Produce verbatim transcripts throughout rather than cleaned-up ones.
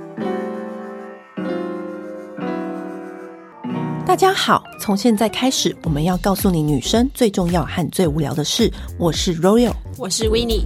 大家好，从现在开始，我们要告诉你女生最重要和最无聊的事。我是 Royal， 我是 Winnie。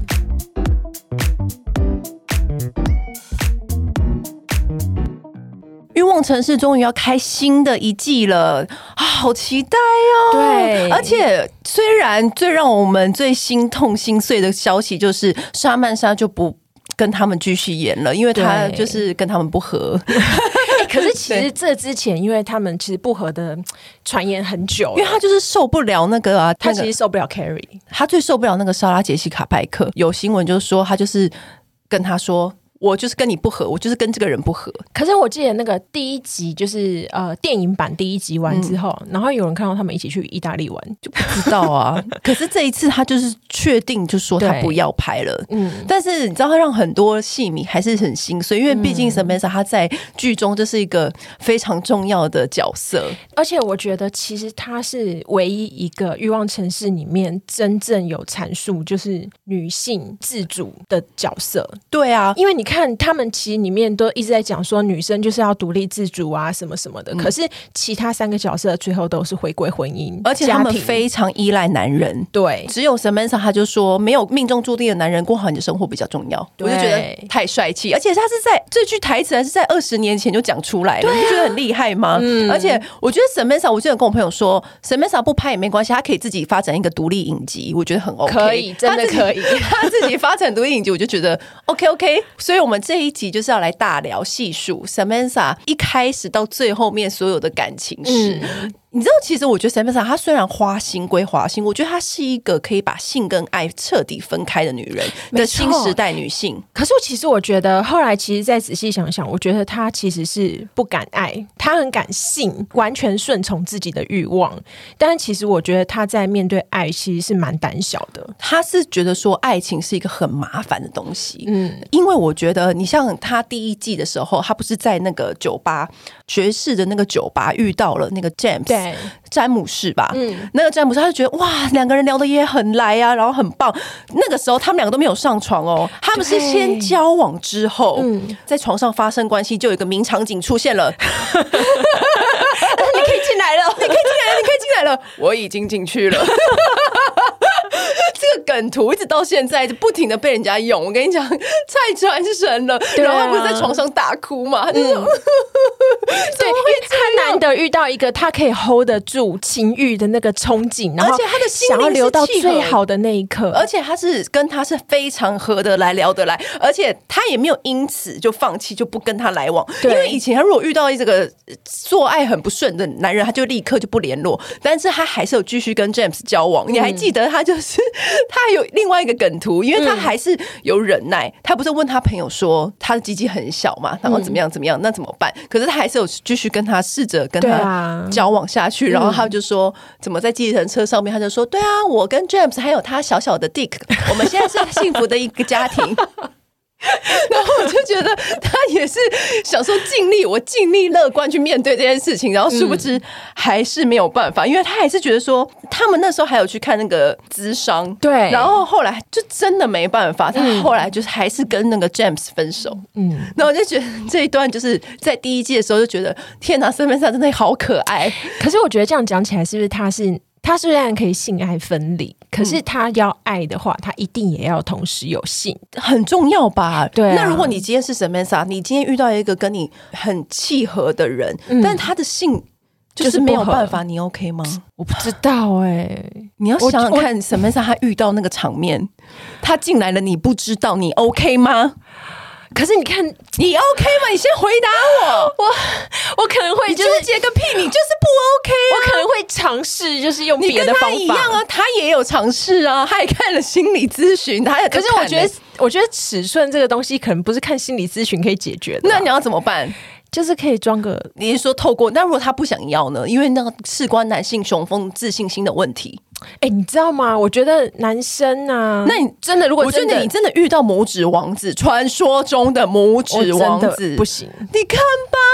欲望城市终于要开新的一季了，啊，好期待哦！ 对， 而且虽然最让我们最心痛心碎的消息就是莎曼莎就不跟他们继续演了，因为他就是跟他们不合。 可是其实这之前，因为他们其实不合的传言很久了， 因为他就是受不了那个啊， 他其实受不了 Carrie， 他最受不了那个莎拉杰西卡派克。有新闻就是说，他就是跟他说。我就是跟你不合，我就是跟这个人不合。 可是我记得那个第一集就是呃电影版第一集完之后、嗯，然后有人看到他们一起去意大利玩， 就不知道啊。可是这一次他就是确定，就说他不要拍了。嗯，但是你知道，他让很多戏迷还是很心碎，因为毕竟 Samantha 他在剧中就是一个非常重要的角色， 而且我觉得其实他是唯一一个欲望城市里面真正有阐述就是女性自主的角色。 对啊， 因为你看。看他们其实里面都一直在讲说女生就是要独立自主啊什么什么的、嗯、可是其他三个角色最后都是回归婚姻， 而且他们非常依赖男人。 对， 只有 Samantha 他就说没有命中注定的男人，过好你的生活比较重要。我就觉得太帅气，而且他是在这句台词还是在二十年前就讲出来了、啊、你不觉得很厉害吗、嗯、而且我觉得 Samantha 我记得跟我朋友说 Samantha 不拍也没关系，他可以自己发展一个独立影集，我觉得很 OK， 可以，真的可以， 他自己发展独立影集我就觉得 OK OK。 所以我们这一集就是要来大聊细数 Samantha 一开始到最后面所有的感情史、嗯，你知道其实我觉得 Samantha 她虽然花心归花心，我觉得她是一个可以把性跟爱彻底分开的女人的新时代女性。 可是其实我觉得后来其实再仔细想想，我觉得她其实是不敢爱，她很感性，完全顺从自己的欲望，但是其实我觉得她在面对爱其实是蛮胆小的。 她是觉得说爱情是一个很麻烦的东西，嗯，因为我觉得你像她第一季的时候，她不是在那个酒吧爵士的那个酒吧遇到了那个 James， 对，詹姆士吧，嗯，那个詹姆士他就觉得哇，两个人聊得也很来啊，然后很棒。那个时候他们两个都没有上床哦，他们是先交往之后，嗯，在床上发生关系，就有一个名场景出现了。你可以进来了，你可以进来了，你可以进来了，我已经进去了。这个梗图一直到现在就不停的被人家用，我跟你讲，太传神了。然后他不是在床上大哭嘛，他就说、嗯、 对，他难得遇到一个他可以 hold 得住情欲的那个憧憬，然后而且他的心想要留到最好的那一刻， 而且他是跟他是非常合得来聊得来，而且他也没有因此就放弃就不跟他来往。因为以前他如果遇到这个做爱很不顺的男人，他就立刻就不联络，但是他还是有继续跟 James 交往、嗯、你还记得他就是他还有另外一个梗图，因为他还是有忍耐、嗯、他不是问他朋友说他的鸡鸡很小嘛，然后怎么样怎么样、嗯、那怎么办，可是他还是有继续跟他试着跟他交往下去、啊、然后他就说、嗯、怎么在计程车上面他就说对啊，我跟 James 还有他小小的 Dick 我们现在是幸福的一个家庭。然后我就觉得他也是想说尽力，我尽力乐观去面对这件事情，然后殊不知还是没有办法，因为他还是觉得说他们那时候还有去看那个咨商，对，然后后来就真的没办法，他后来就是还是跟那个 James 分手，嗯，然后我就觉得这一段就是在第一季的时候就觉得天哪，Samantha真的好可爱。 可是我觉得这样讲起来是不是他是他虽然可以性爱分离，可是他要爱的话，他一定也要同时有性， 很重要吧？对、啊。那如果你今天是 Samantha， 你今天遇到一个跟你很契合的人，嗯、但他的性就是没有办法，你 OK 吗？ 我不知道哎、欸， 你要想想看 ，Samantha 他遇到那个场面，他进来了，你不知道，你 OK 吗？ 可是你看， 你 OK 吗？你先回答我。 我我可能会就是纠结个屁，你就是不 OK 啊。 我可能会尝试，就是用别的方法。 你跟他一样啊，他也有尝试啊，他也看了心理咨询，他也、欸。 可是我觉得，我觉得尺寸这个东西可能不是看心理咨询可以解决的、啊。 那你要怎么办？ 就是可以装个， 你是说透过？那如果他不想要呢？因为那个事关男性雄风自信心的问题。 哎、欸，你知道吗？我觉得男生啊， 那你真的如果真的你真的遇到拇指王子，传说中的拇指王子不行， 你看吧，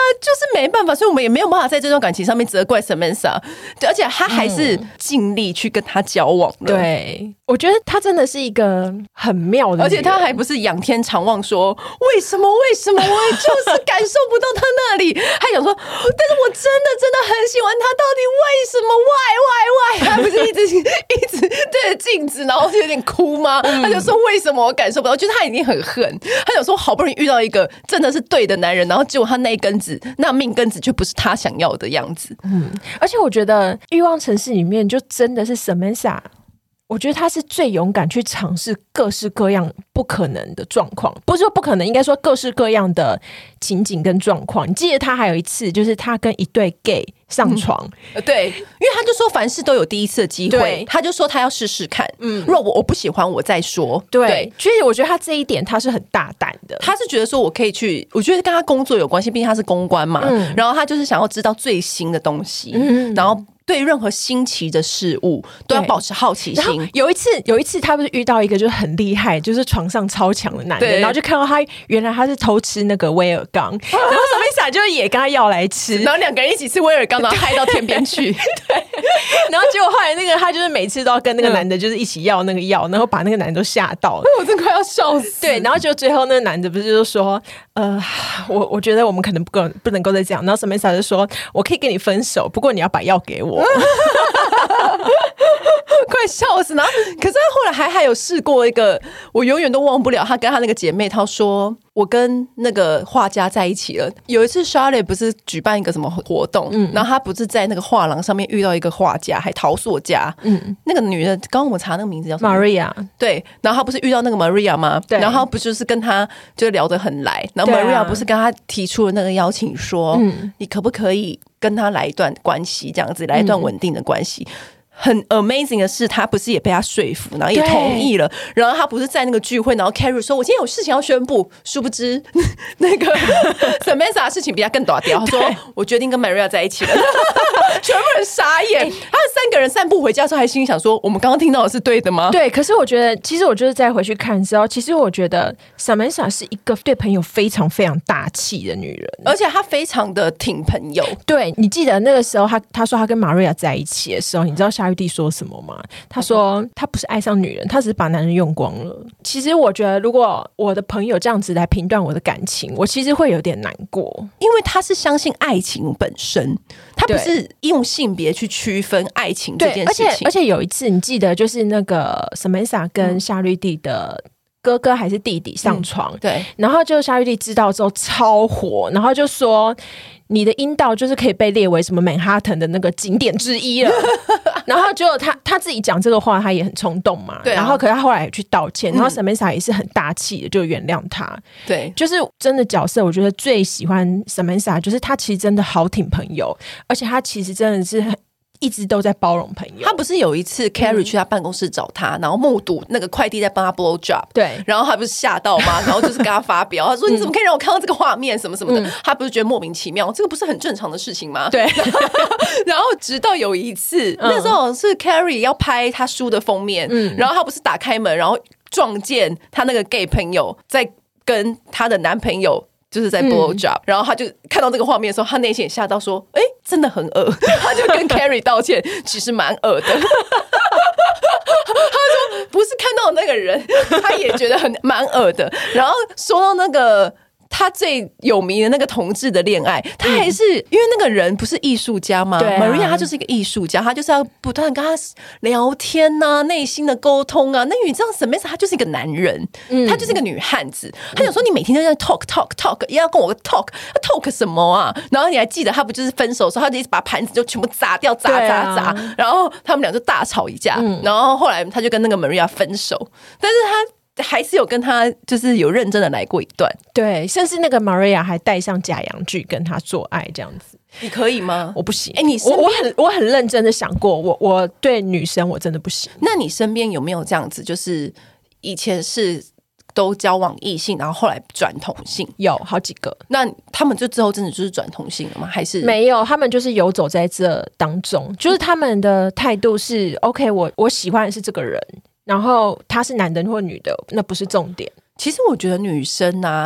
就是没办法，所以我们也没有办法在这段感情上面责怪 Samantha， 而且他还是尽力去跟他交往了。 对，我觉得他真的是一个很妙的， 而且他还不是仰天长望说为什么为什么，我就是感受不到他那里，他想说，但是我真的真的很喜欢他，到底为什么 why why why， 他不是一直一直对着镜子，然后有点哭吗？嗯、他就说为什么我感受不到？就是他已经很恨，他想说好不容易遇到一个真的是对的男人，然后结果他那一根子那命根子却不是他想要的样子。 嗯，而且我觉得《欲望城市》里面就真的是 Samantha， 我觉得他是最勇敢去尝试各式各样不可能的状况，不是说不可能，应该说各式各样的情景跟状况。你记得他还有一次，就是他跟一对 gay 上床、 嗯，对，因为他就说凡事都有第一次的机会，他就说他要试试看，嗯，如果我我不喜欢我再说， 对，对，所以我觉得他这一点他是很大胆的， 他是觉得说我可以去，我觉得跟他工作有关系，毕竟他是公关嘛，嗯、然后他就是想要知道最新的东西，嗯、然后对任何新奇的事物都要保持好奇心。 有一次，有一次他不是遇到一个就是很厉害，就是床上超强的男人，然后就看到他原来他是偷吃那个威尔刚，然后Samantha就也跟他要来吃， 然后两个人一起吃威尔刚，然后嗨到天边去。 对，然后结果后来那个他就是每次都要跟那个男的就是一起要那个药，然后把那个男的都吓到了， 我真快要笑死。 对，然后就最后那个男的不是就说，呃，我我觉得我们可能不够不能够再这样，然后Samantha就说，我可以跟你分手，不过你要把药给我。 快笑死！然后，可是他后来还还有试过一个，我永远都忘不了。他跟他那个姐妹，他说我跟那个画家在一起了。有一次 Charlotte 不是举办一个什么活动，嗯、然后他不是在那个画廊上面遇到一个画家，还陶塑家。嗯，那个女的，刚刚我们查那个名字叫什么 Maria， 对。然后他不是遇到那个 Maria 吗？对。然后不就是跟他就聊得很来，然后 Maria 不是跟他提出了那个邀请说，嗯、你可不可以跟他来一段关系，这样子来一段稳定的关系。嗯，很 amazing 的是，他不是也被他说服，然后也同意了。然后他不是在那个聚会，然后 Carrie 说：“我今天有事情要宣布。”殊不知那个 Samantha 的事情比他更大条。他说：“我决定跟 Maria 在一起了。”全部人傻眼。他三个人散步回家的时候，还心里想说：“我们刚刚听到的是对的吗？” 对。可是我觉得，其实我就是再回去看之后，其实我觉得 Samantha 是一个对朋友非常非常大气的女人， 而且她非常的挺朋友。 对，你记得那个时候，他他说他跟 Maria 在一起的时候，你知道夏玉帝说什么吗？他说他不是爱上女人，他只是把男人用光了。其实我觉得，如果我的朋友这样子来评断我的感情，我其实会有点难过， 因为他是相信爱情本身，他不是用性别去区分爱情这件事情。 而且而且有一次，你记得就是那个 Samantha 跟夏绿蒂的哥哥还是弟弟上床，嗯、 对， 然后就夏绿蒂知道之后超火，然后就说。你的阴道就是可以被列为什么曼哈顿的那个景点之一了，然后结果他他自己讲这个话，他也很冲动嘛，对、啊，然后可是他后来也去道歉，然后 Samantha 也是很大气的就原谅他， 对， 就是真的角色，我觉得最喜欢 Samantha， 就是他其实真的好挺朋友，而且他其实真的是很。一直都在包容朋友。 他不是有一次 Carrie 去他办公室找他，嗯、然后目睹那个快递在帮他 blow job， 对，然后他不是吓到吗？然后就是跟他发表，他说你怎么可以让我看到这个画面什么什么的？嗯、他不是觉得莫名其妙，这个不是很正常的事情吗？ 对。 然后直到有一次，嗯、那时候是 Carrie 要拍他书的封面，嗯、然后他不是打开门，然后撞见他那个 gay 朋友在跟他的男朋友。就是在 blow job，嗯、然后他就看到这个画面的时候，他内心也吓到说：“哎、欸，真的很恶。”他就跟 Carrie 道歉，其实蛮恶的。他说：“不是看到那个人，他也觉得很蛮恶的。”然后说到那个。他最有名的那个同志的恋爱，他还是、嗯、因为那个人不是艺术家吗？对、啊、Maria 他就是一个艺术家，他就是要不断跟他聊天啊，内心的沟通啊。那你知道 Samantha 他就是一个男人，嗯、他就是一个女汉子。他想说你每天都在 talk talk talk， 也要跟我 talk， 他 talk 什么啊？然后你还记得他不就是分手的时候，他就一直把盘子就全部砸掉，砸砸砸，啊、然后他们俩就大吵一架。嗯、然后后来他就跟那个 Maria 分手，但是他。还是有跟他就是有认真的来过一段， 对，甚至那个 Maria 还戴上假阳具跟他做爱这样子， 你可以吗？ 我不行， 哎、欸，你我我很我很认真的想过，我我对女生我真的不行。 那你身边有没有这样子？就是以前是都交往异性，然后后来转同性， 有好几个。 那他们就之后真的就是转同性了吗？还是没有？他们就是游走在这当中，就是他们的态度是 OK， 我我喜欢的是这个人。然后他是男的或女的，那不是重点。 其实我觉得女生啊，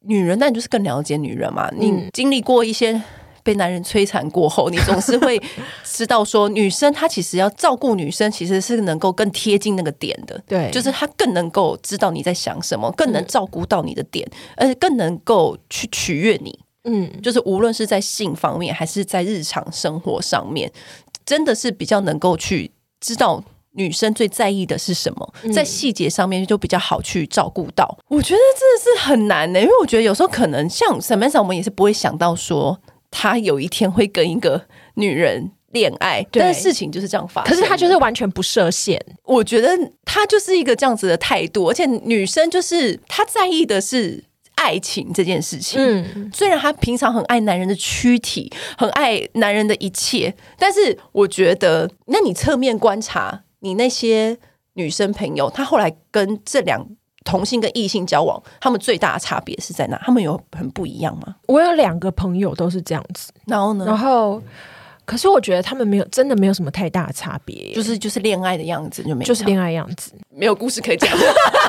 女人但就是更了解女人嘛，你经历过一些被男人摧残过后，你总是会知道说女生她其实要照顾女生其实是能够更贴近那个点的， 对， 就是她更能够知道你在想什么，更能照顾到你的点，而且更能够去取悦你。嗯，就是无论是在性方面还是在日常生活上面，真的是比较能够去知道女生最在意的是什么，在细节上面就比较好去照顾到。我觉得真的是很难的、欸，因为我觉得有时候可能像 Samantha 我们也是不会想到说她有一天会跟一个女人恋爱，但是事情就是这样发生。 可是她就是完全不设限， 我觉得她就是一个这样子的态度，而且女生就是她在意的是爱情这件事情，嗯，虽然她平常很爱男人的躯体，很爱男人的一切，但是我觉得，那你侧面观察你那些女生朋友，她后来跟这两同性跟异性交往，他们最大的差别是在哪？他们有很不一样吗？ 我有两个朋友都是这样子， 然后呢？ 然后。可是我觉得他们没有，真的没有什么太大的差别， 就是就是恋爱的样子就没有， 就是恋爱样子， 没有故事可以讲。Andy，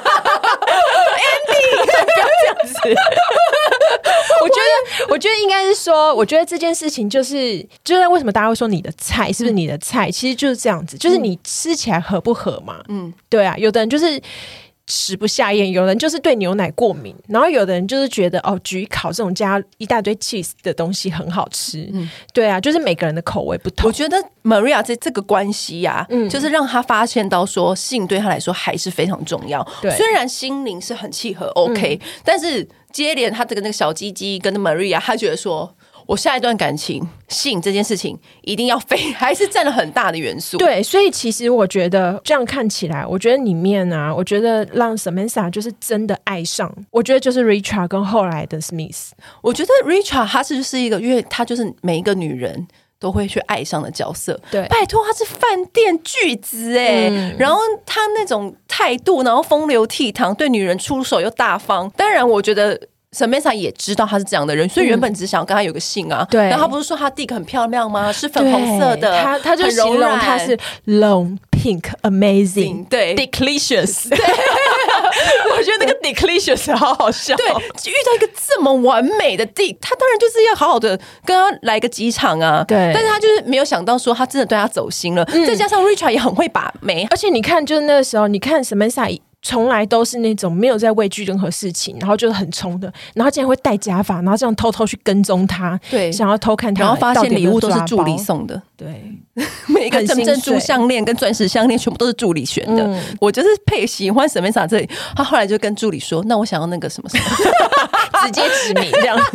不要这样子。我觉得，我觉得应该是说，我觉得这件事情就是，就是为什么大家会说你的菜是不是你的菜，嗯、其实就是这样子，就是你吃起来合不合嘛。嗯，对啊，有的人就是食不下咽，有人就是对牛奶过敏，然后有的人就是觉得哦，焗烤这种加一大堆 cheese 的东西很好吃。嗯，对啊，就是每个人的口味不同。 我觉得 Maria 这这个关系呀、啊，嗯，就是让他发现到说性对他来说还是非常重要。对，虽然心灵是很契合 ，OK，、嗯、但是接连他这个那个小鸡鸡跟 Maria， 他觉得说。我下一段感情性这件事情一定要非还是占了很大的元素。 对，所以其实我觉得这样看起来，我觉得里面啊，我觉得让 Samantha 就是真的爱上，我觉得就是 Richard 跟后来的 Smith。 我觉得 Richard 他是就是一个，因为他就是每一个女人都会去爱上的角色。对，拜托，他是饭店巨子哎、嗯，然后他那种态度，然后风流倜傥，对女人出手又大方。当然，我觉得。Samantha 也知道他是这样的人，所以原本只想要跟他有个姓啊。对、嗯，然后他不是说他弟很漂亮吗？是粉红色的， 他他就形容他是 long pink amazing， 对 delicious， 对，我觉得那个 delicious 好好笑。 对，遇到一个这么完美的弟，他当然就是要好好的跟他来个几场啊。对，但是他就是没有想到说他真的对他走心了，嗯、再加上 Richard 也很会把妹， 而且你看，就是那个时候，你看 Samantha。从来都是那种没有在畏惧任何事情，然后就是很冲的，然后竟然会戴假发，然后这样偷偷去跟踪他，对，想要偷看他， 然后发现礼物都是助理送的， 对， 每一个珍珠项链跟钻石项链全部都是助理选的。嗯、我就是配喜欢 Samantha 这里，他后来就跟助理说：“那我想要那个什么什么。” 直接指名这样，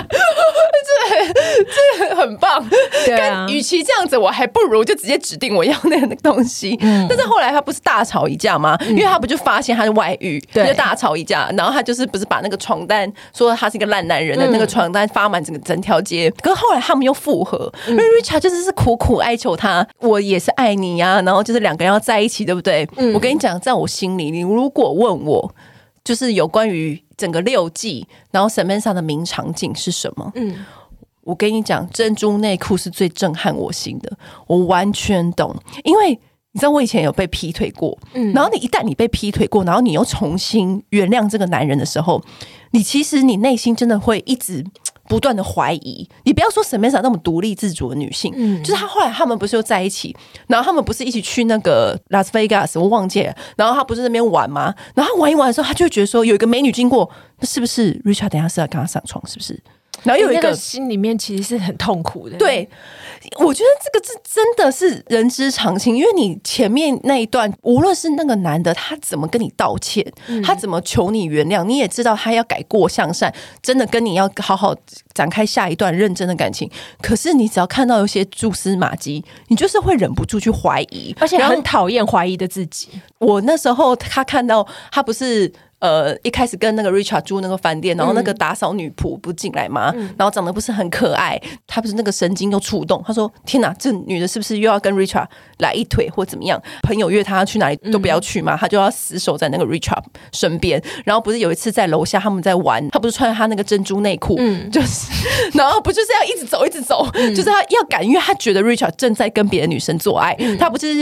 这这很棒。对啊，与其这样子，我还不如就直接指定我要那个东西。嗯、但是后来他不是大吵一架吗？嗯、因为他不就发现他是外遇，他就大吵一架，然后他就是不是把那个床单说他是一个烂男人的那个床单发满整个整条街。可是后来他们又复合，因为 Richard 就是是苦苦哀求他，我也是爱你呀、啊，然后就是两个人要在一起，对不对？嗯、我跟你讲，在我心里，你如果问我。就是有关于整个六季，然后 Samantha 的名场景是什么？嗯，我跟你讲，珍珠内裤是最震撼我心的，我完全懂。因为你知道我以前有被劈腿过，嗯，然后你一旦你被劈腿过，然后你又重新原谅这个男人的时候，你其实你内心真的会一直。不断的怀疑，你不要说 Samantha 那么独立自主的女性，嗯、就是她后来他们不是又在一起，然后他们不是一起去那个 Las Vegas， 我忘记了，然后他不是在那边玩吗？然后玩一玩的时候，他就会觉得说有一个美女经过，那是不是 Richard 等一下是要跟他上床，是不是？然后有一个、欸那個、 心里面其实是很痛苦的。 对，我觉得这个是真的是人之常情，因为你前面那一段，无论是那个男的他怎么跟你道歉，嗯、他怎么求你原谅，你也知道他要改过向善，真的跟你要好好展开下一段认真的感情。可是你只要看到有些蛛丝马迹，你就是会忍不住去怀疑， 而且很讨厌怀疑的自己。 我那时候他看到他不是。呃，一开始跟那个 Richard 住那个饭店，然后那个打扫女仆不进来吗？嗯、然后长得不是很可爱，他不是那个神经又触动，他说：“天哪，这女的是不是又要跟 Richard 来一腿或怎么样？朋友约他去哪里都不要去嘛，嗯、他就要死守在那个 Richard 身边。然后不是有一次在楼下他们在玩，他不是穿他那个珍珠内裤，嗯、就是，然后不就是要一直走一直走，嗯、就是他要赶，因为他觉得 Richard 正在跟别的女生做爱，嗯、他不就是要。”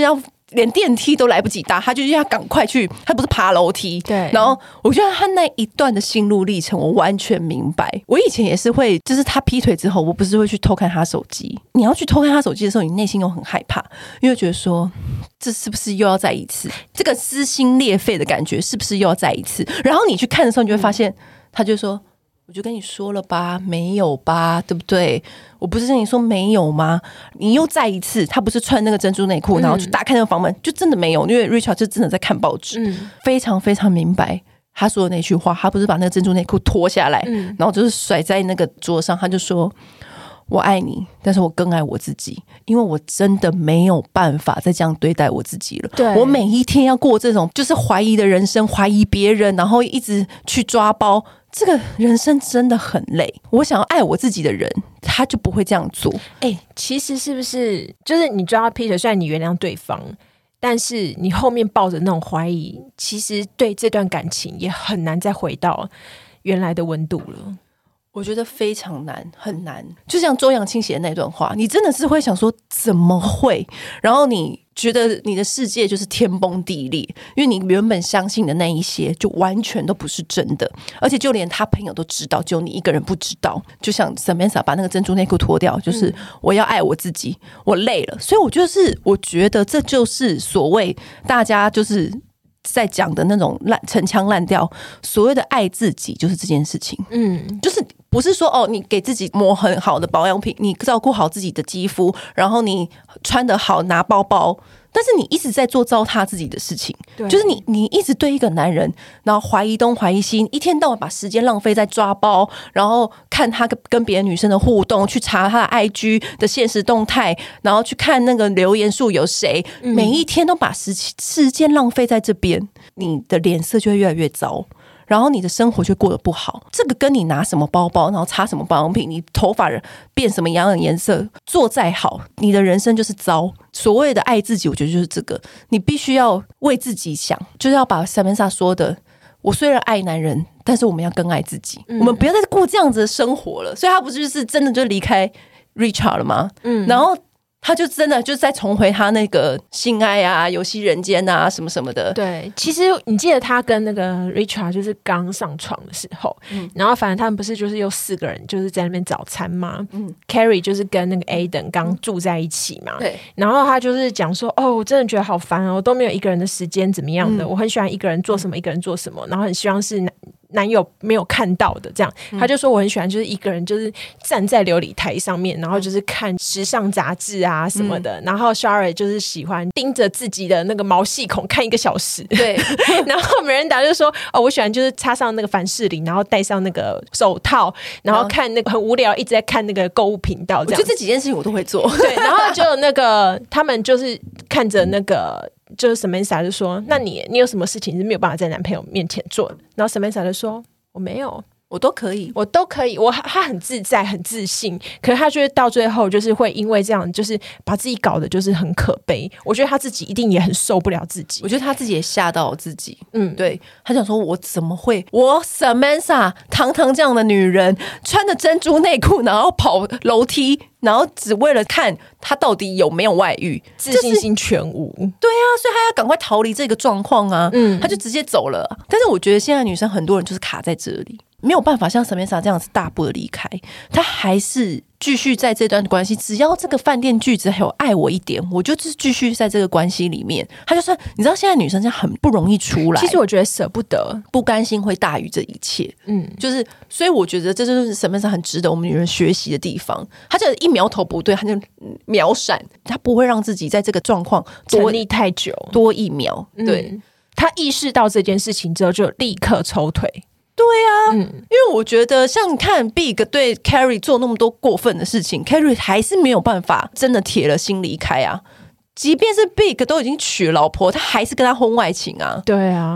连电梯都来不及搭，他就要赶快去，他不是爬楼梯。 对， 然后我觉得他那一段的心路历程，我完全明白。我以前也是会，就是他劈腿之后，我不是会去偷看他手机。你要去偷看他手机的时候，你内心又很害怕，因为觉得说这是不是又要再一次，这个撕心裂肺的感觉是不是又要再一次？然后你去看的时候，你就会发现，他就说。我就跟你说了吧，没有吧，对不对？我不是跟你说没有吗？你又再一次，他不是穿那个珍珠内裤，然后去打开那个房门，就真的没有，因为 Richard 就真的在看报纸，嗯、非常非常明白他说的那句话。他不是把那个珍珠内裤脱下来，嗯、然后就是甩在那个桌上，他就说。我爱你，但是我更爱我自己，因为我真的没有办法再这样对待我自己了。 对， 我每一天要过这种就是怀疑的人生，怀疑别人，然后一直去抓包，这个人生真的很累。我想要爱我自己的人，他就不会这样做。 哎、欸，其实是不是就是你抓到劈腿，虽然你原谅对方，但是你后面抱着那种怀疑，其实对这段感情也很难再回到原来的温度了。 我觉得非常难，很难。就像周扬青写的那段话，你真的是会想说怎么会？然后你觉得你的世界就是天崩地裂，因为你原本相信的那一些就完全都不是真的，而且就连他朋友都知道，只有你一个人不知道。就像 Samantha 把那个珍珠内裤脱掉，就是我要爱我自己，我累了。所以我就是我觉得这就是所谓大家就是在讲的那种烂陈腔滥调，所谓的爱自己就是这件事情。嗯，就是不是说哦，你给自己抹很好的保养品，你照顾好自己的肌肤，然后你穿得好拿包包，但是你一直在做糟蹋自己的事情。就是你你一直对一个男人，然后怀疑东怀疑西，一天到晚把时间浪费在抓包，然后看他跟跟别的女生的互动，去查他的 I G 的现实动态，然后去看那个留言数有谁，嗯、每一天都把时时间浪费在这边，你的脸色就会越来越糟。然后你的生活就过得不好，这个跟你拿什么包包，然后擦什么保养品，你头发变什么样的颜色，做再好，你的人生就是糟。所谓的爱自己，我觉得就是这个，你必须要为自己想，就是要把 Samantha 说的，我虽然爱男人，但是我们要更爱自己，嗯、我们不要再过这样子的生活了。所以他不就是真的就离开 Richard 了吗？嗯，然后。他就真的就再重回他那个性爱啊、游戏人间啊什么什么的。 对，其实你记得他跟那个 Richard 就是刚上床的时候，嗯、然后反正他们不是就是有四个人就是在那边早餐嘛。嗯 ，Carrie 就是跟那个 Aiden 刚住在一起嘛。对、嗯，然后他就是讲说，哦，我真的觉得好烦哦，我都没有一个人的时间，怎么样的？嗯、我很喜欢一个人做什么，一个人做什么，然后很希望是男男友没有看到的这样。他就说我很喜欢就是一个人就是站在流理台上面，然后就是看时尚杂志啊什么的，嗯、然后 Shara 就是喜欢盯着自己的那个毛细孔看一个小时。对，然后Miranda就说哦，我喜欢就是插上那个凡士林，然后戴上那个手套，然后看那个很无聊一直在看那个购物频道这样。 我觉得这几件事情我都会做。 对，然后就那个他们就是看着那个。就是 Samantha 就说那你你有什么事情是没有办法在男朋友面前做的？然后 Samantha 就说我没有， 我都可以， 我都可以，我他很自在很自信，可是他觉得到最后就是会因为这样就是把自己搞得就是很可悲。我觉得他自己一定也很受不了自己， 我觉得他自己也吓到自己。嗯，对，他想说我怎么会，我 Samantha 堂堂这样的女人穿着珍珠内裤然后跑楼梯，然后只为了看他到底有没有外遇， 自信心全无。 对啊，所以他要赶快逃离这个状况啊。嗯，他就直接走了。但是我觉得现在女生很多人就是卡在这里，没有办法像 Samantha 这样子大步的离开，他还是继续在这段关系，只要这个饭店句子还有爱我一点，我就是继续在这个关系里面。他就说你知道现在女生这样很不容易出来， 其实我觉得舍不得不甘心会大于这一切。嗯，就是所以我觉得这就是 Samantha 很值得我们女人学习的地方。他就一苗头不对他就秒闪，他不会让自己在这个状况沉溺太久多一秒。对、 嗯、他意识到这件事情之后就立刻抽腿。 对啊、嗯，因为我觉得像你看 Big 对 Carrie 做那么多过分的事情， Carrie 还是没有办法真的铁了心离开啊。即便是 Big 都已经娶了老婆，他还是跟他婚外情啊。 对啊，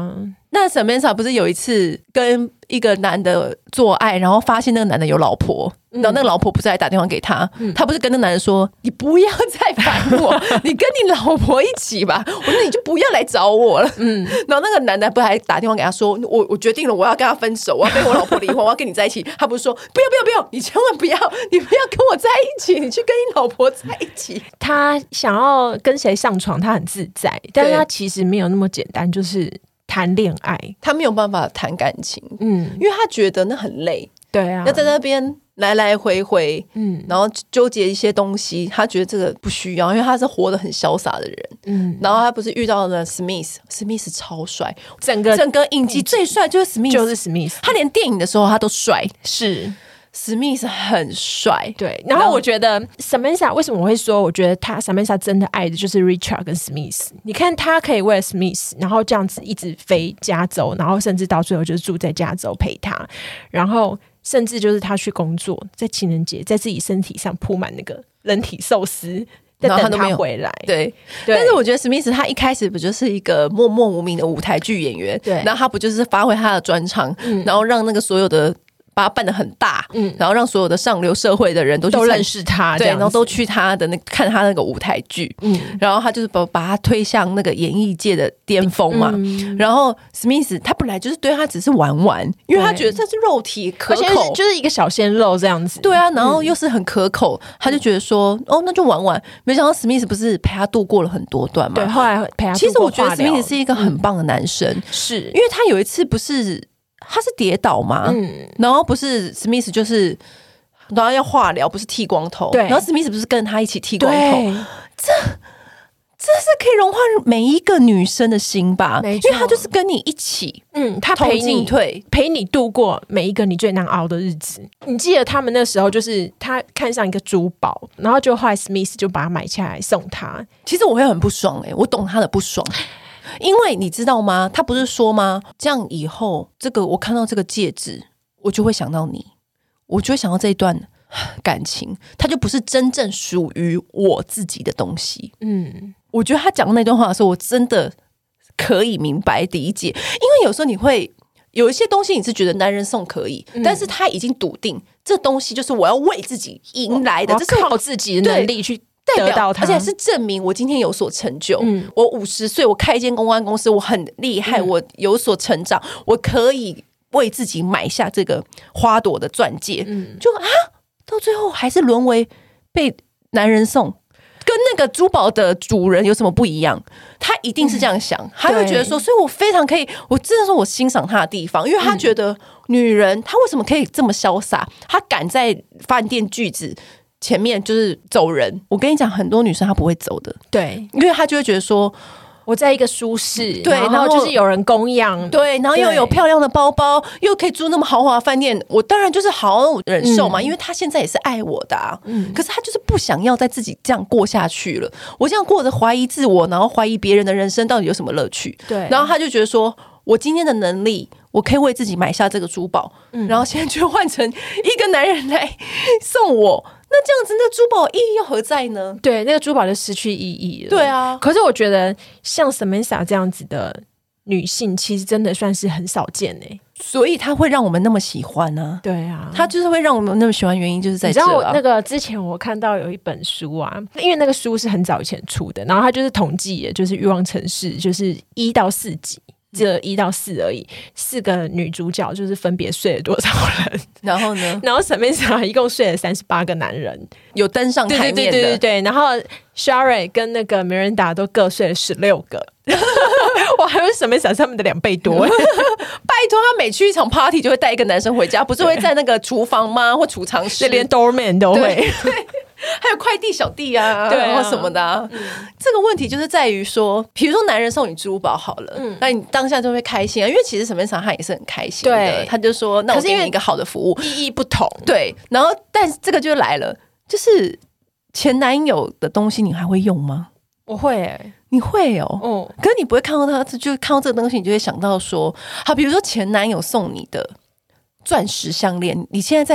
那Samantha不是有一次跟一个男的做爱，然后发现那个男的有老婆，然后那个老婆不是还打电话给他，嗯、他不是跟那男的说：“你不要再烦我，你跟你老婆一起吧。”我说：“你就不要来找我了。”嗯，然后那个男的不是还打电话给他说：“我我决定了，我要跟他分手，我要跟我老婆离婚，我要跟你在一起。”他不是说：“不要不要不要，你千万不要，你不要跟我在一起，你去跟你老婆在一起。” 他想要跟谁上床，他很自在，但是他其实没有那么简单，就是谈恋爱， 他没有办法谈感情，嗯，因为他觉得那很累， 对啊， 要在那边来来回回，嗯，然后纠结一些东西，他觉得这个不需要，因为他是活得很潇洒的人，嗯，然后他不是遇到了 Smith，Smith 超帅，整个整个影集最帅就是 Smith， 就是 Smith， 他连电影的时候他都帅， 是。 Smith 很帅， 对。然后我觉得 Samantha 为什么我会说，我觉得他 Samantha 真的爱的就是 Richard 跟 Smith。你看他可以为了 Smith， 然后这样子一直飞加州，然后甚至到最后就是住在加州陪他，然后甚至就是他去工作，在情人节在自己身体上铺满那个人体寿司。在等他回来， 对，对。但是我觉得史密斯他一开始不就是一个默默无名的舞台剧演员，对。然后他不就是发挥他的专长，嗯、然后让那个所有的。把他办得很大，嗯，然后让所有的上流社会的人都去都认识他， 对，然后都去他的那看他那个舞台剧，嗯，然后他就是把把他推向那个演艺界的巅峰嘛。嗯、然后史密斯他本来就是对他只是玩玩，因为他觉得这是肉体可口， 就是一个小鲜肉这样子， 对啊，然后又是很可口，嗯、他就觉得说哦，那就玩玩。没想到史密斯不是陪他度过了很多段嘛， 对，后来陪他度过化疗。 其实我觉得史密斯是一个很棒的男生，嗯、 是因为他有一次不是。他是跌倒嘛，嗯，然后不是史密斯就是然后要化疗，不是剃光头，对，然后史密斯不是跟他一起剃光头，这这是可以融化每一个女生的心吧？因为他就是跟你一起， 嗯，他陪你陪你度过每一个你最难熬的日子。你记得他们那时候就是他看上一个珠宝，然后就后来史密斯就把它买下来送他。 其实我会很不爽哎、欸，我懂他的不爽。因为你知道吗？他不是说吗？这样以后，这个我看到这个戒指，我就会想到你，我就会想到这一段感情，它就不是真正属于我自己的东西。嗯，我觉得他讲那段话的时候，我真的可以明白理解，因为有时候你会有一些东西，你是觉得男人送可以，嗯、但是他已经笃定这东西就是我要为自己赢来的， 这是靠自己的能力去。 代表，而且是证明我今天有所成就。嗯、我五十岁，我开一间公关公司，我很厉害，嗯、我有所成长，我可以为自己买下这个花朵的钻戒。嗯、就啊，到最后还是沦为被男人送，跟那个珠宝的主人有什么不一样？他一定是这样想，嗯、他会觉得说，所以我非常可以，我真的说我欣赏他的地方，因为他觉得女人她为什么可以这么潇洒？她敢在饭店句子前面就是走人，我跟你讲，很多女生她不会走的， 对， 因为她就会觉得说， 我在一个舒适， 对， 然后就是有人供养， 对，然后又有漂亮的包包，又可以住那么豪华的饭店，我当然就是好忍受嘛，嗯、因为她现在也是爱我的、啊，嗯，可是她就是不想要再自己这样过下去了。我这样过着怀疑自我，然后怀疑别人的人生到底有什么乐趣？对，然后她就觉得说，我今天的能力。我可以为自己买下这个珠宝，嗯、然后现在就换成一个男人来送我，那这样子，那珠宝意义又何在呢？ 对，那个珠宝就失去意义了。 对啊， 可是我觉得像 Samantha 这样子的女性，其实真的算是很少见哎、欸， 所以她会让我们那么喜欢呢、啊。 对啊， 她就是会让我们那么喜欢，原因就是在这、啊。 你知道那个之前我看到有一本书啊，因为那个书是很早以前出的，然后它就是统计，就是欲望城市，就是一到四集。只有一到四而已，四个女主角就是分别睡了多少人？ 然后呢？ 然后Samantha一共睡了三十八个男人， 有登上台面的。 对对对对对。然后 Sherry 跟那个 Miranda 都各睡了十六个，哇，还有Samantha是他们的两倍多。拜托，他每去一场 party 就会带一个男生回家，不是会在那个厨房吗？或储藏室， 连 doorman 都会。 对对还有快递小弟啊，对啊，什么的、啊嗯。这个问题就是在于说，比如说男人送你珠宝好了，嗯、那你当下就会开心啊，因为其实沈面长他也是很开心的，对他就说，那我给你一个好的服务， 意义不同， 对。然后，但是这个就来了，就是前男友的东西，你还会用吗？ 我会、欸， 你会哦，嗯。可是你不会看到他，就看到这个东西，你就会想到说，好，比如说前男友送你的钻石项链，你现在在。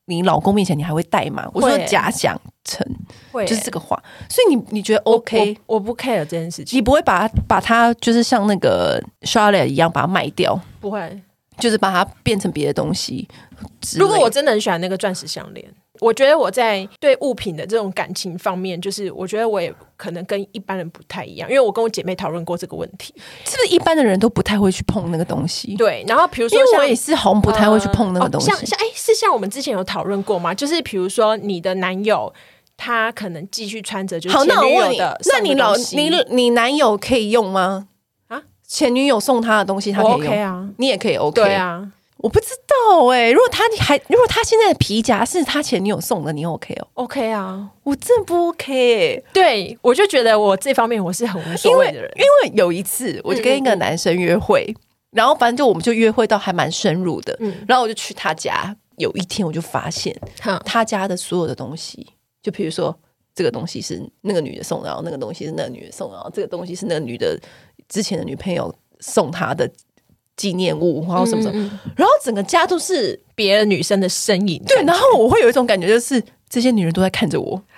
你老公面前你还会带吗？我说假想成就是这个话，所以你你觉得 OK？ 我, 我不 care 这件事情， 你不会把它把它就是像那个 Charlotte 一样把它卖掉， 不会， 就是把它变成别的东西。 如果我真的很喜欢那个钻石项链，我觉得我在对物品的这种感情方面，就是我觉得我也可能跟一般人不太一样，因为我跟我姐妹讨论过这个问题， 是不是一般的人都不太会去碰那个东西？ 对，然后比如说， 因为我也是好像不太会去碰那个东西。 呃哦、像像哎，是像我们之前有讨论过吗？就是比如说你的男友。他可能继续穿着就是前女友的， 那你老你你男友可以用吗？啊，前女友送他的东西他可以用 ，OK 啊， 你也可以 OK， 对啊， 我不知道哎、欸，如果他还如果他现在的皮夹是他前女友送的，你 OK 哦 ？OK 啊， 我真不 OK，、欸、 对我就觉得我这方面我是很无所谓的人， 因为因为有一次我就跟一个男生约会，嗯嗯嗯然后反正就我们就约会到还蛮深入的，嗯、然后我就去他家，有一天我就发现、嗯、他家的所有的东西，就比如说。这个东西是那个女的送，然后那个东西是那个女的送，然后这个东西是那个女的之前的女朋友送她的纪念物，然后什么什么，嗯嗯嗯然后整个家都是别的女生的身影。 对，然后我会有一种感觉，就是这些女人都在看着我。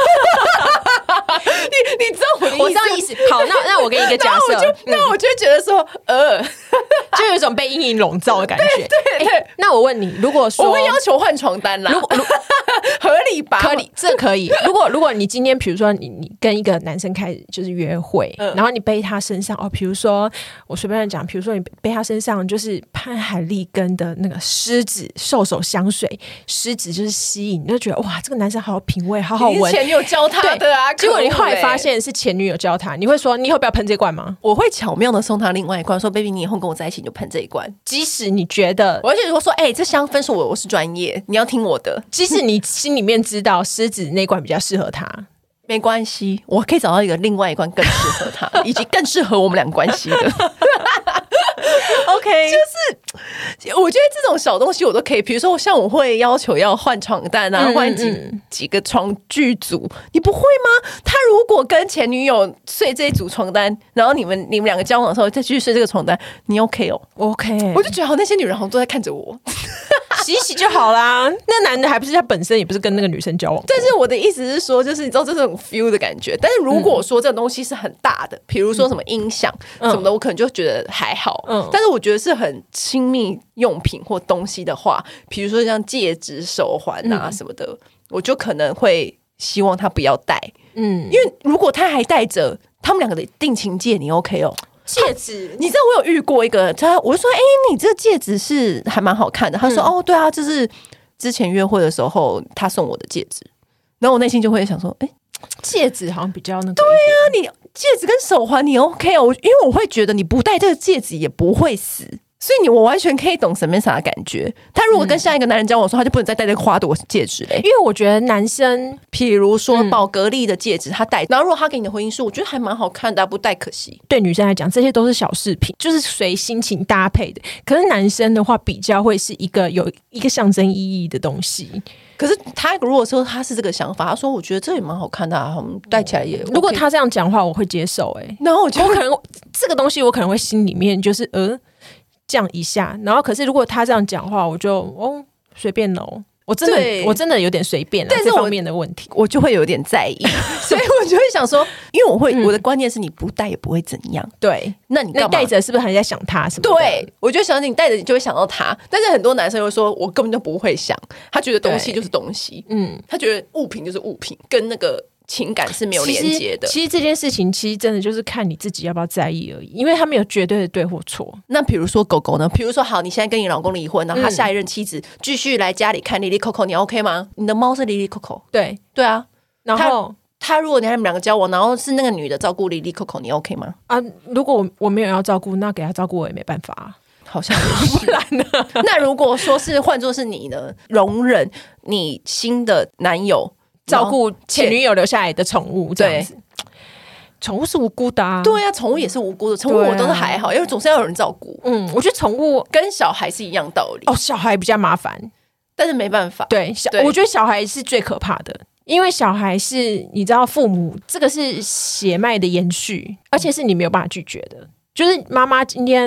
你你知道我的意思？ 我知道意思。好，那那我给你一个假设， 那我就、嗯、那我就会觉得说，呃， 就有一种被阴影笼罩的感觉。 对对对、欸。 那我问你，如果说我会要求换床单啦，如果合理吧？ 可以，这可以。如果如果你今天比如说你你跟一个男生开始就是约会，嗯、然后你背他身上哦，比如说我随便讲，比如说你背他身上就是潘海利根的那个狮子兽首香水，狮子就是吸引，你就觉得哇，这个男生好有品味，好好闻。 前女友教他的啊， 结果你后来发现是前女友教他，你会说你以后不要喷这罐吗？ 我会巧妙的送他另外一罐，说 baby 你以后跟我在一起你就喷这一罐， 即使你觉得， 而且如果说哎、欸，这香氛是我我是专业，你要听我的， 即使你心里面知道狮子那罐比较适合他， 没关系，我可以找到一个另外一罐更适合他，以及更适合我们俩关系的。OK， 就是我觉得这种小东西我都可以，比如说像我会要求要换床单啊，换、嗯、几、嗯、几个床具组，你不会吗？他如果跟前女友睡这一组床单，然后你们你们两个交往的时候再继续睡这个床单，你 OK 哦 ？OK， 我就觉得好，那些女人好像都在看着我。 洗一洗就好啦，那男的还不是他本身也不是跟那个女生交往， 但是我的意思是说，就是你知道这种 feel 的感觉。但是如果说这个东西是很大的，比如说什么音响什么的，我可能就觉得还好。嗯，但是我觉得是很亲密用品或东西的话，比如说像戒指、手环啊什么的，嗯、我就可能会希望他不要戴。嗯，因为如果他还戴着，他们两个的定情戒，你 OK 哦？ 戒指， 你知道我有遇过一个，他我就说，哎、欸，你这个戒指是还蛮好看的。他说，嗯、哦，对啊，这是之前约会的时候他送我的戒指。然后我内心就会想说，哎、欸， 戒指好像比较那个。 对啊，你戒指跟手环你 OK 哦，因为我会觉得你不戴这个戒指也不会死。所以你我完全可以懂沈美莎的感觉。他如果跟下一个男人交往的时候，他就不能再戴这个花朵戒指嘞。 因为我觉得男生， 譬如说宝格丽的戒指，他戴，然后如果他给你的回应是，我觉得还蛮好看的，不戴可惜。 对女生来讲，这些都是小饰品，就是随心情搭配的。可是男生的话，比较会是一个有一个象征意义的东西。 可是他如果说他是这个想法，他说我觉得这也蛮好看的啊，戴起来也、OK。 如果他这样讲话，我会接受、欸。哎， 然后我就我可能这个东西，我可能会心里面就是呃。降一下，然后可是如果他这样讲话，我就哦随便喽，我真的我真的有点随便了，这方面的问题我就会有点在意，所以我就会想说，因为我会、嗯、我的观念是你不戴也不会怎样， 对， 那你干嘛那戴着是不是还在想他什么的？ 对，我就想你戴着你就会想到他，但是很多男生会说我根本就不会想，他觉得东西就是东西，嗯，他觉得物品就是物品，跟那个情感是没有连接的。 其实，其实这件事情其实真的就是看你自己要不要在意而已，因为他没有绝对的对或错。 那比如说狗狗呢？比如说好，你现在跟你老公离婚，然后他下一任妻子继续来家里看莉莉 Coco， 你 OK 吗？你的猫是莉莉 Coco， 对对啊。 然后他如果你们两个交往，然后是那个女的照顾莉莉 Coco， 你 OK 吗？ 啊，如果我没有要照顾，那给他照顾我也没办法、啊。 好像也是，不然呢？那如果说是换作是你呢？容忍你新的男友照顾前女友留下来的宠物，这样子，宠物是无辜的啊。 对啊，宠物也是无辜的，宠物我都是还好，因为总是要有人照顾。 嗯，我觉得宠物跟小孩是一样道理。 哦，小孩比较麻烦， 但是没办法。 对，小我觉得小孩是最可怕的，因为小孩是你知道，父母这个是血脉的延续，而且是你没有办法拒绝的。就是妈妈今天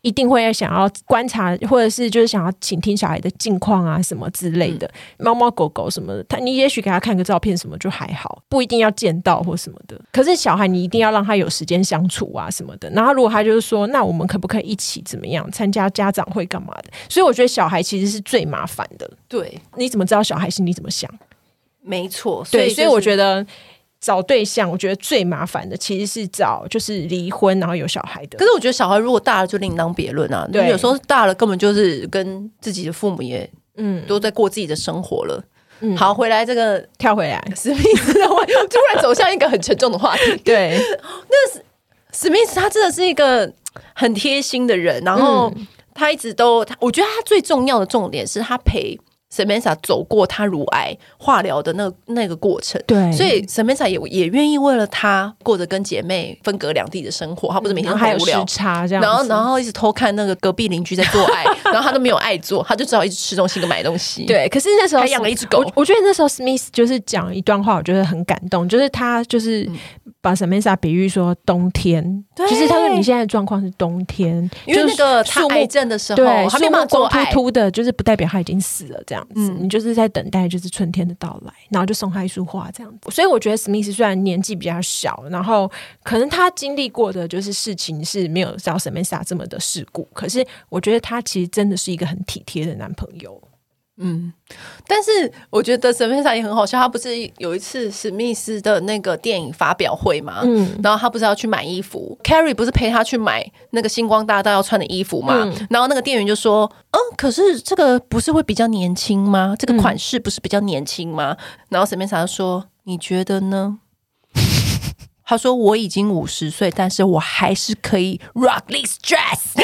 一定会想要观察，或者是就是想要倾听小孩的近况啊什么之类的，嗯、猫猫狗狗什么的，他你也许给他看个照片什么就还好，不一定要见到或什么的。可是小孩你一定要让他有时间相处啊什么的。然后如果他就是说，那我们可不可以一起怎么样参加家长会干嘛的？所以我觉得小孩其实是最麻烦的。 对， 你怎么知道小孩心里怎么想？ 没错， 对， 所以、就是、 所以我觉得。找对象我觉得最麻烦的其实是找就是离婚然后有小孩的。 可是我觉得小孩如果大了就另当别论啊，对，有时候大了根本就是跟自己的父母也嗯都在过自己的生活了。嗯，好，回来这个跳回来史密斯的话突然走向一个很沉重的话题。 对， 那史密斯他真的是一个很贴心的人，然后他一直都我觉得他最重要的重点是他陪Samantha 走过她乳癌化疗的那个那个过程， 对， 所以 Samantha 也也愿意为了她过着跟姐妹分隔两地的生活，她不是每天都很无聊， 还有时差这样子， 然后然后一直偷看那个隔壁邻居在做爱，然后她都没有爱做，她就只好一直吃东西跟买东西。 对，可是那时候还养了一只狗， 我, 我觉得那时候 Smith 就是讲一段话，我觉得很感动，就是他就是把 Samantha 比喻说冬天，就是他说你现在的状况是冬天， 因为那个他癌症的时候， 对， 他没办法做爱， 光秃秃的，就是不代表他已经死了这样子，嗯、你就是在等待就是春天的到来，然后就送他一束花这样子。所以我觉得 Smith 虽然年纪比较小，然后可能他经历过的就是事情是没有像 Samantha 这么的世故，可是我觉得他其实真的是一个很体贴的男朋友。 嗯，但是我觉得 Samantha 也很好笑，他不是有一次史密斯的那个电影发表会嘛，嗯，然后他不是要去买衣服 Carrie 不是陪他去买那个星光大道要穿的衣服嘛、嗯、然后那个店员就说嗯，可是这个不是会比较年轻吗？这个款式不是比较年轻吗？嗯、然后 Samantha 就说你觉得呢？他说我已经五十岁，但是我还是可以 rock this dress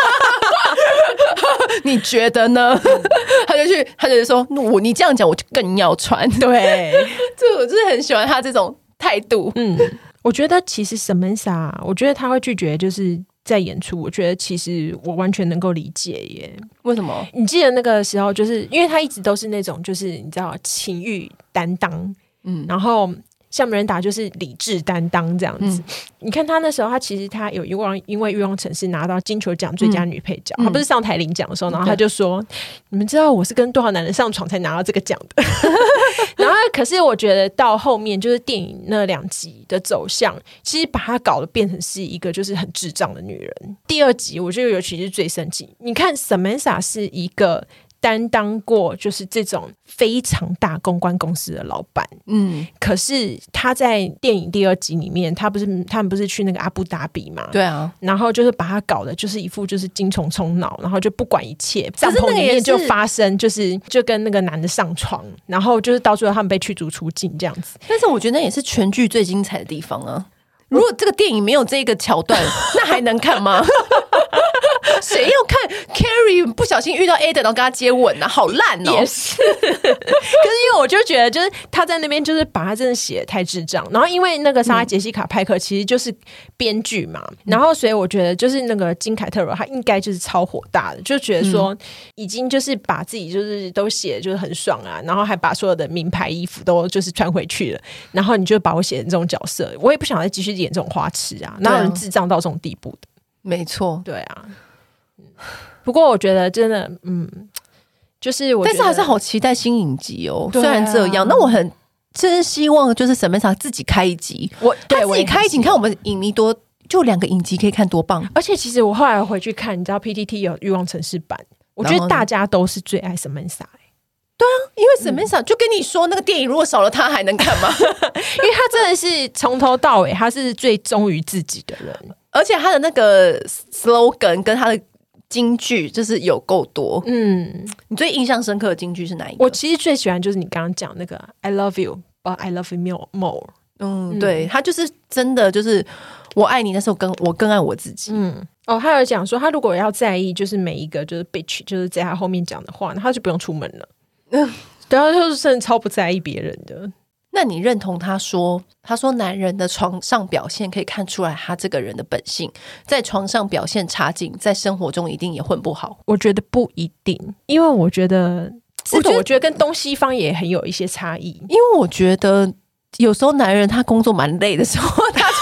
你觉得呢？他就去，他就说我你这样讲我就更要穿。对，这我就是很喜欢他这种态度。 嗯，我觉得其实 Samantha 我觉得他会拒绝就是在演出，我觉得其实我完全能够理解耶。 为什么？ 你记得那个时候就是因为他一直都是那种就是你知道情欲担当，嗯，然后像米兰达就是理智担当这样子、嗯、你看他那时候他其实他有欲望，因为欲望城市拿到金球奖最佳女配角、嗯、他不是上台领奖的时候、嗯、然后他就说、嗯、你们知道我是跟多少男人上床才拿到这个奖的然后可是我觉得到后面就是电影那两集的走向其实把他搞得变成是一个就是很智障的女人。第二集我觉得尤其是最生气，你看 Samantha 是一个担当过就是这种非常大公关公司的老板，嗯，可是他在电影第二集里面，他不是他们不是去那个阿布达比嘛？ 对啊， 然后就是把他搞的就是一副就是精虫充脑，然后就不管一切，帐篷里面就发生就是就跟那个男的上床，然后就是到最后他们被驱逐出境这样子。 但是我觉得那也是全剧最精彩的地方啊！如果这个电影没有这个桥段，那还能看吗？谁要看 Carrie 不小心遇到 Adam 然后跟他接吻啊，好烂哦！ 也是，可是因为我就觉得，就是他在那边就是把他真的写得太智障，然后因为那个莎拉杰西卡派克其实就是编剧嘛、嗯，然后所以我觉得就是那个金凯特罗他应该就是超火大的，就觉得说已经就是把自己就是都写就是很爽啊，然后还把所有的名牌衣服都就是穿回去了，然后你就把我写成这种角色，我也不想再继续演这种花痴啊，哪有人智障到这种地步的？ 没错， 对啊。不过我觉得真的嗯就是我觉得但是还是好期待新影集哦、啊、虽然这样那我很真希望就是沈美莎自己开一集，我对他自己开一集，你看我们影迷多就两个影集可以看多棒。 而且其实我后来回去看，你知道 P T T 有欲望城市版，我觉得大家都是最爱沈美莎。 对啊，因为沈美莎就跟你说那个电影如果少了他还能看吗？因为他真的是从头到尾他是最忠于自己的人， 而且他的那个 slogan 跟他的金句就是有够多。嗯，你最印象深刻的金句是哪一个？ 我其实最喜欢就是你刚刚讲那个 I love you but I love you more。 嗯，对，他就是真的就是我爱你，但是我更我更爱我自己。 嗯，哦，他有讲说他如果要在意就是每一个就是 bitch 就是在他后面讲的话，他就不用出门了。嗯，对，他就是真的超不在意别人的。 那你认同他说他说男人的床上表现可以看出来他这个人的本性，在床上表现差劲，在生活中一定也混不好？ 我觉得不一定，因为我觉得这个我觉得跟东西方也很有一些差异。 因为我觉得有时候男人他工作蛮累的时候，他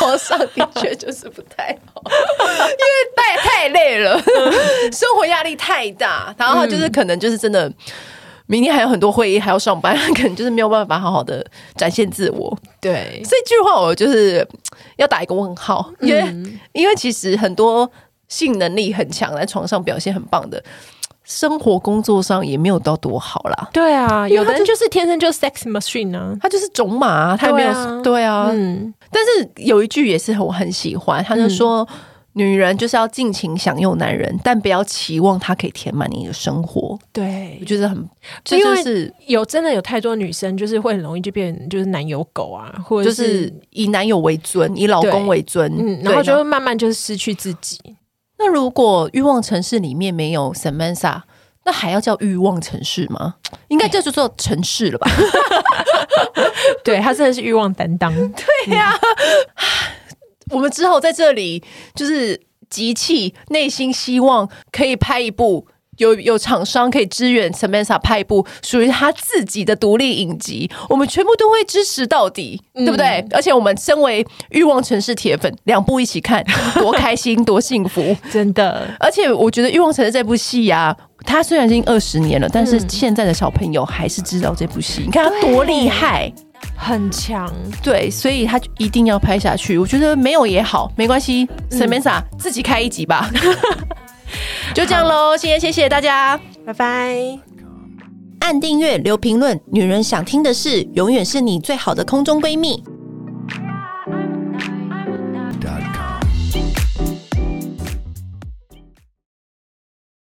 床上的确就是不太好，因为太太累了，生活压力太大，然后就是可能就是真的。明天还有很多会议还要上班，可能就是没有办法好好的展现自我。 对， 这句话我就是要打一个问号，因为、嗯、因为其实很多性能力很强，在床上表现很棒的，生活工作上也没有到多好啦。 对啊，有的人就是天生就 sex machine 啊， 他就是种马、啊，他也没有对啊，对啊嗯。但是有一句也是我很喜欢，他就说。嗯女人就是要尽情享用男人，但不要期望他可以填满你的生活。 对， 我觉得很，这就是有真的有太多女生就是会很容易就变就是男友狗啊，或者 是,、 就是、以男友为尊，以老公为尊， 嗯，然后就会慢慢就是失去自己。 那如果欲望城市里面没有 Samantha， 那还要叫欲望城市吗？应该这就叫城市了吧？ 对，他真的是欲望担当。 对呀、啊。嗯我们只好在这里就是集气，内心希望可以拍一部有有厂商可以支援 Samantha 拍一部属于他自己的独立影集，我们全部都会支持到底，嗯、对不对？而且我们身为欲望城市铁粉，两部一起看，多开心，多幸福， 真的。 而且我觉得欲望城市这部戏啊，它虽然已经二十年了，但是现在的小朋友还是知道这部戏，你看它多厉害。 很强， 对，所以他一定要拍下去。我觉得没有也好，没关系 ，Samantha、嗯、自己开一集吧。就这样喽，今天谢谢大家， 拜拜。 按订阅，留评论，女人想听的事，永远是你最好的空中闺蜜。